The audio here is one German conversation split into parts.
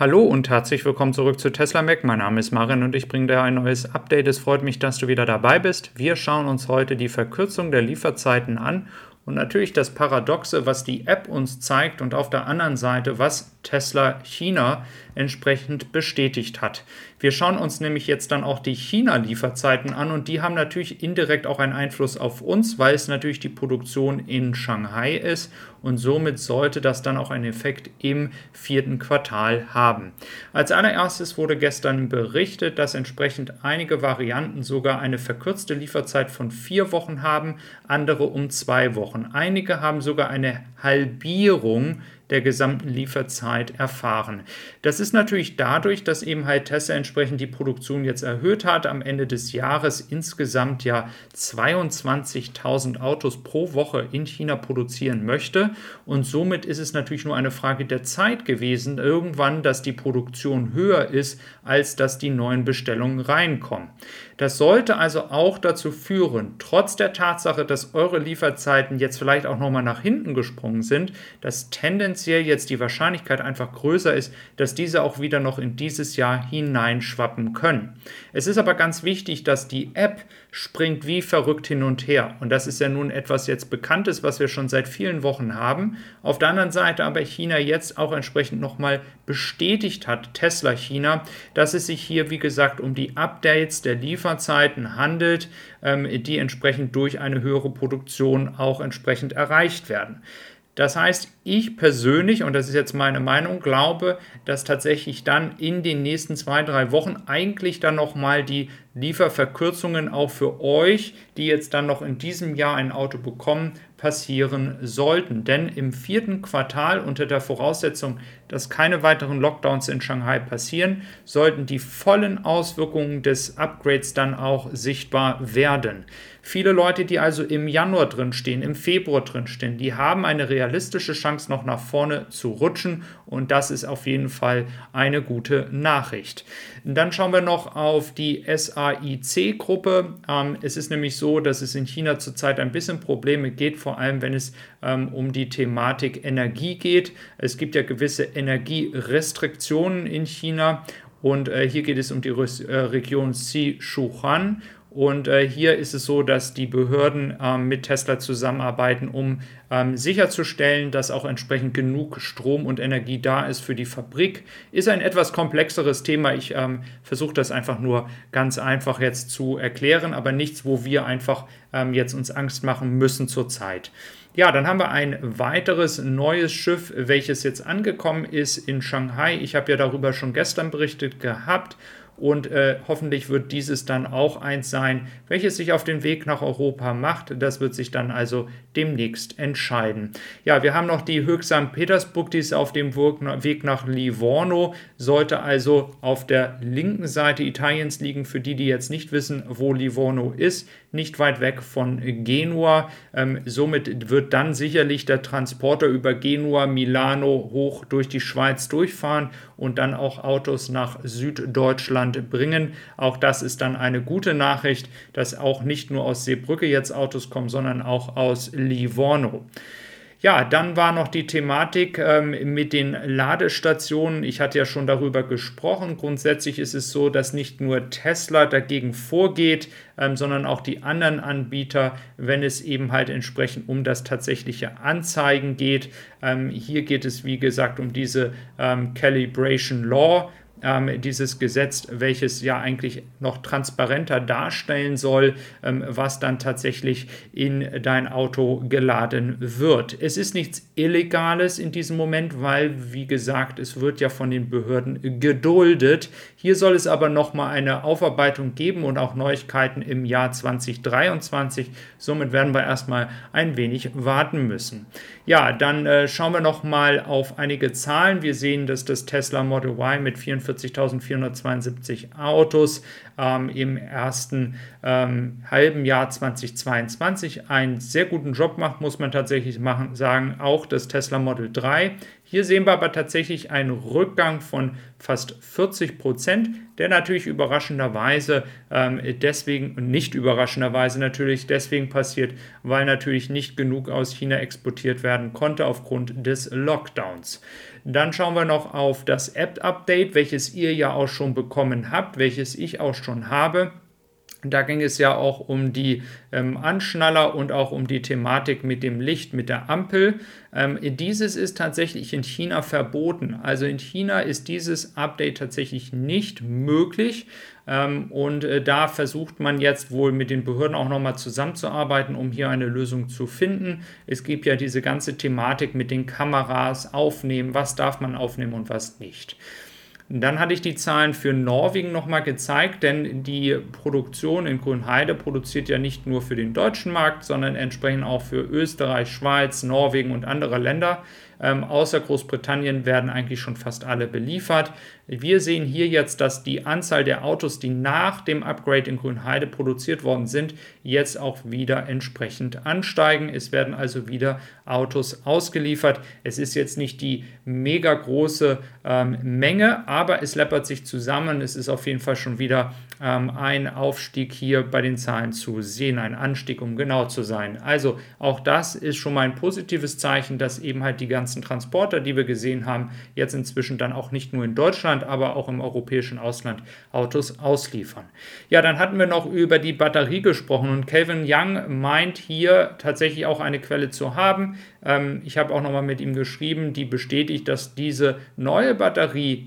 Hallo und herzlich willkommen zurück zu Tesla Mac. Mein Name ist Marin und ich bringe dir ein neues Update. Es freut mich, dass du wieder dabei bist. Wir schauen uns heute die Verkürzung der Lieferzeiten an und natürlich das Paradoxe, was die App uns zeigt und auf der anderen Seite, was Tesla China entsprechend bestätigt hat. Wir schauen uns nämlich jetzt dann auch die China-Lieferzeiten an und die haben natürlich indirekt auch einen Einfluss auf uns, weil es natürlich die Produktion in Shanghai ist und somit sollte das dann auch einen Effekt im 4. Quartal haben. Als allererstes wurde gestern berichtet, dass entsprechend einige Varianten sogar eine verkürzte Lieferzeit von 4 Wochen haben, andere um 2 Wochen. Einige haben sogar eine Halbierung der gesamten Lieferzeit erfahren. Das ist natürlich dadurch, dass eben halt Tesla entsprechend die Produktion jetzt erhöht hat, am Ende des Jahres insgesamt ja 22.000 Autos pro Woche in China produzieren möchte und somit ist es natürlich nur eine Frage der Zeit gewesen, irgendwann, dass die Produktion höher ist, als dass die neuen Bestellungen reinkommen. Das sollte also auch dazu führen, trotz der Tatsache, dass eure Lieferzeiten jetzt vielleicht auch nochmal nach hinten gesprungen sind, dass tendenziell jetzt die Wahrscheinlichkeit einfach größer ist, dass diese auch wieder noch in dieses Jahr hineinschwappen können. Es ist aber ganz wichtig, dass die App springt wie verrückt hin und her. Und das ist ja nun etwas jetzt Bekanntes, was wir schon seit vielen Wochen haben. Auf der anderen Seite aber China jetzt auch entsprechend nochmal bestätigt hat, Tesla China, dass es sich hier, wie gesagt, um die Updates der Lieferzeiten handelt, die entsprechend durch eine höhere Produktion auch entsprechend erreicht werden. Das heißt, ich persönlich, und das ist jetzt meine Meinung, glaube, dass tatsächlich dann in den nächsten 2-3 Wochen eigentlich dann nochmal die Lieferverkürzungen auch für euch, die jetzt dann noch in diesem Jahr ein Auto bekommen, passieren sollten. Denn im 4. Quartal unter der Voraussetzung, dass keine weiteren Lockdowns in Shanghai passieren, sollten die vollen Auswirkungen des Upgrades dann auch sichtbar werden. Viele Leute, die also im Januar drinstehen, im Februar drinstehen, die haben eine realistische Chance noch nach vorne zu rutschen und das ist auf jeden Fall eine gute Nachricht. Dann schauen wir noch auf die SAIC-Gruppe. Es ist nämlich so, dass es in China zurzeit ein bisschen Probleme geht, vor allem wenn es um die Thematik Energie geht. Es gibt ja gewisse Energierestriktionen in China und hier geht es um die Region Sichuan. Und hier ist es so, dass die Behörden mit Tesla zusammenarbeiten, um sicherzustellen, dass auch entsprechend genug Strom und Energie da ist für die Fabrik. Ist ein etwas komplexeres Thema. Ich versuche das einfach nur ganz einfach jetzt zu erklären, aber nichts, wo wir einfach jetzt uns Angst machen müssen zurzeit. Ja, dann haben wir ein weiteres neues Schiff, welches jetzt angekommen ist in Shanghai. Ich habe ja darüber schon gestern berichtet gehabt. Und hoffentlich wird dieses dann auch eins sein, welches sich auf den Weg nach Europa macht. Das wird sich dann also demnächst entscheiden. Ja, wir haben noch die Höegh St. Petersburg, die ist auf dem Weg nach Livorno, sollte also auf der linken Seite Italiens liegen, für die, die jetzt nicht wissen, wo Livorno ist, nicht weit weg von Genua. Somit wird dann sicherlich der Transporter über Genua, Milano hoch durch die Schweiz durchfahren und dann auch Autos nach Süddeutschland bringen. Auch das ist dann eine gute Nachricht, dass auch nicht nur aus Seebrücke jetzt Autos kommen, sondern auch aus Livorno. Ja, dann war noch die Thematik mit den Ladestationen. Ich hatte ja schon darüber gesprochen. Grundsätzlich ist es so, dass nicht nur Tesla dagegen vorgeht, sondern auch die anderen Anbieter, wenn es eben halt entsprechend um das tatsächliche Anzeigen geht. Hier geht es, wie gesagt, um diese Calibration Law. Dieses Gesetz, welches ja eigentlich noch transparenter darstellen soll, was dann tatsächlich in dein Auto geladen wird. Es ist nichts Illegales in diesem Moment, weil, wie gesagt, es wird ja von den Behörden geduldet. Hier soll es aber nochmal eine Aufarbeitung geben und auch Neuigkeiten im Jahr 2023. Somit werden wir erstmal ein wenig warten müssen. Ja, dann schauen wir nochmal auf einige Zahlen. Wir sehen, dass das Tesla Model Y mit 44.472 Autos im ersten halben Jahr 2022 einen sehr guten Job macht, muss man tatsächlich sagen. Auch das Tesla Model 3 Hier sehen wir aber tatsächlich einen Rückgang von fast 40%, der natürlich überraschenderweise deswegen, und nicht überraschenderweise natürlich deswegen passiert, weil natürlich nicht genug aus China exportiert werden konnte aufgrund des Lockdowns. Dann schauen wir noch auf das App-Update, welches ihr ja auch schon bekommen habt, welches ich auch schon habe. Da ging es ja auch um die Anschnaller und auch um die Thematik mit dem Licht, mit der Ampel. Dieses ist tatsächlich in China verboten. Also in China ist dieses Update tatsächlich nicht möglich. Und da versucht man jetzt wohl mit den Behörden auch nochmal zusammenzuarbeiten, um hier eine Lösung zu finden. Es gibt ja diese ganze Thematik mit den Kameras, aufnehmen, was darf man aufnehmen und was nicht. Dann hatte ich die Zahlen für Norwegen nochmal gezeigt, denn die Produktion in Grünheide produziert ja nicht nur für den deutschen Markt, sondern entsprechend auch für Österreich, Schweiz, Norwegen und andere Länder. Außer Großbritannien werden eigentlich schon fast alle beliefert. Wir sehen hier jetzt, dass die Anzahl der Autos, die nach dem Upgrade in Grünheide produziert worden sind, jetzt auch wieder entsprechend ansteigen. Es werden also wieder Autos ausgeliefert. Es ist jetzt nicht die mega große Menge, aber es läppert sich zusammen. Es ist auf jeden Fall schon wieder ein Aufstieg hier bei den Zahlen zu sehen, ein Anstieg, um genau zu sein. Also auch das ist schon mal ein positives Zeichen, dass eben halt die ganzen Transporter, die wir gesehen haben, jetzt inzwischen dann auch nicht nur in Deutschland, aber auch im europäischen Ausland Autos ausliefern. Ja, dann hatten wir noch über die Batterie gesprochen und Calvin Young meint hier tatsächlich auch eine Quelle zu haben. Ich habe auch nochmal mit ihm geschrieben, die bestätigt, dass diese neue Batterie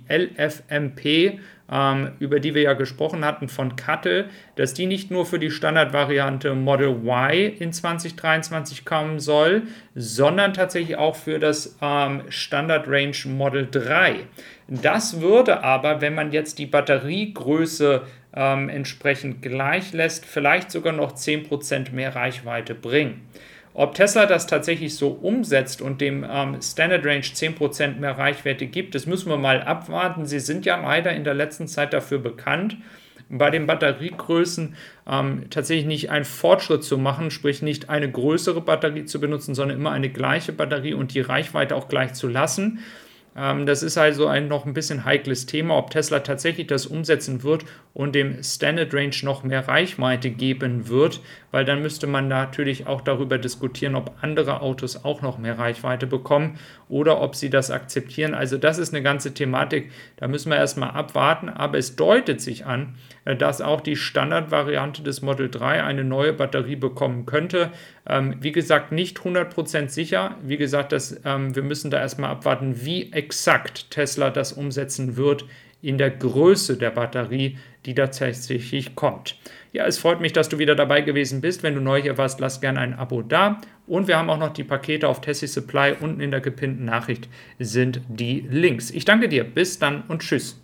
LFMP, über die wir ja gesprochen hatten von CATL, dass die nicht nur für die Standardvariante Model Y in 2023 kommen soll, sondern tatsächlich auch für das Standard Range Model 3. Das würde aber, wenn man jetzt die Batteriegröße entsprechend gleich lässt, vielleicht sogar noch 10% mehr Reichweite bringen. Ob Tesla das tatsächlich so umsetzt und dem Standard Range 10% mehr Reichweite gibt, das müssen wir mal abwarten. Sie sind ja leider in der letzten Zeit dafür bekannt, bei den Batteriegrößen tatsächlich nicht einen Fortschritt zu machen, sprich nicht eine größere Batterie zu benutzen, sondern immer eine gleiche Batterie und die Reichweite auch gleich zu lassen. Das ist also noch ein bisschen heikles Thema, ob Tesla tatsächlich das umsetzen wird und dem Standard Range noch mehr Reichweite geben wird, weil dann müsste man natürlich auch darüber diskutieren, ob andere Autos auch noch mehr Reichweite bekommen oder ob sie das akzeptieren. Also das ist eine ganze Thematik, da müssen wir erstmal abwarten, aber es deutet sich an, dass auch die Standardvariante des Model 3 eine neue Batterie bekommen könnte. Wie gesagt, nicht 100% sicher. Wie gesagt, wir müssen da erstmal abwarten, wie exakt Tesla das umsetzen wird in der Größe der Batterie, die da tatsächlich kommt. Ja, es freut mich, dass du wieder dabei gewesen bist. Wenn du neu hier warst, lass gerne ein Abo da. Und wir haben auch noch die Pakete auf Tessie Supply. Unten in der gepinnten Nachricht sind die Links. Ich danke dir. Bis dann und tschüss.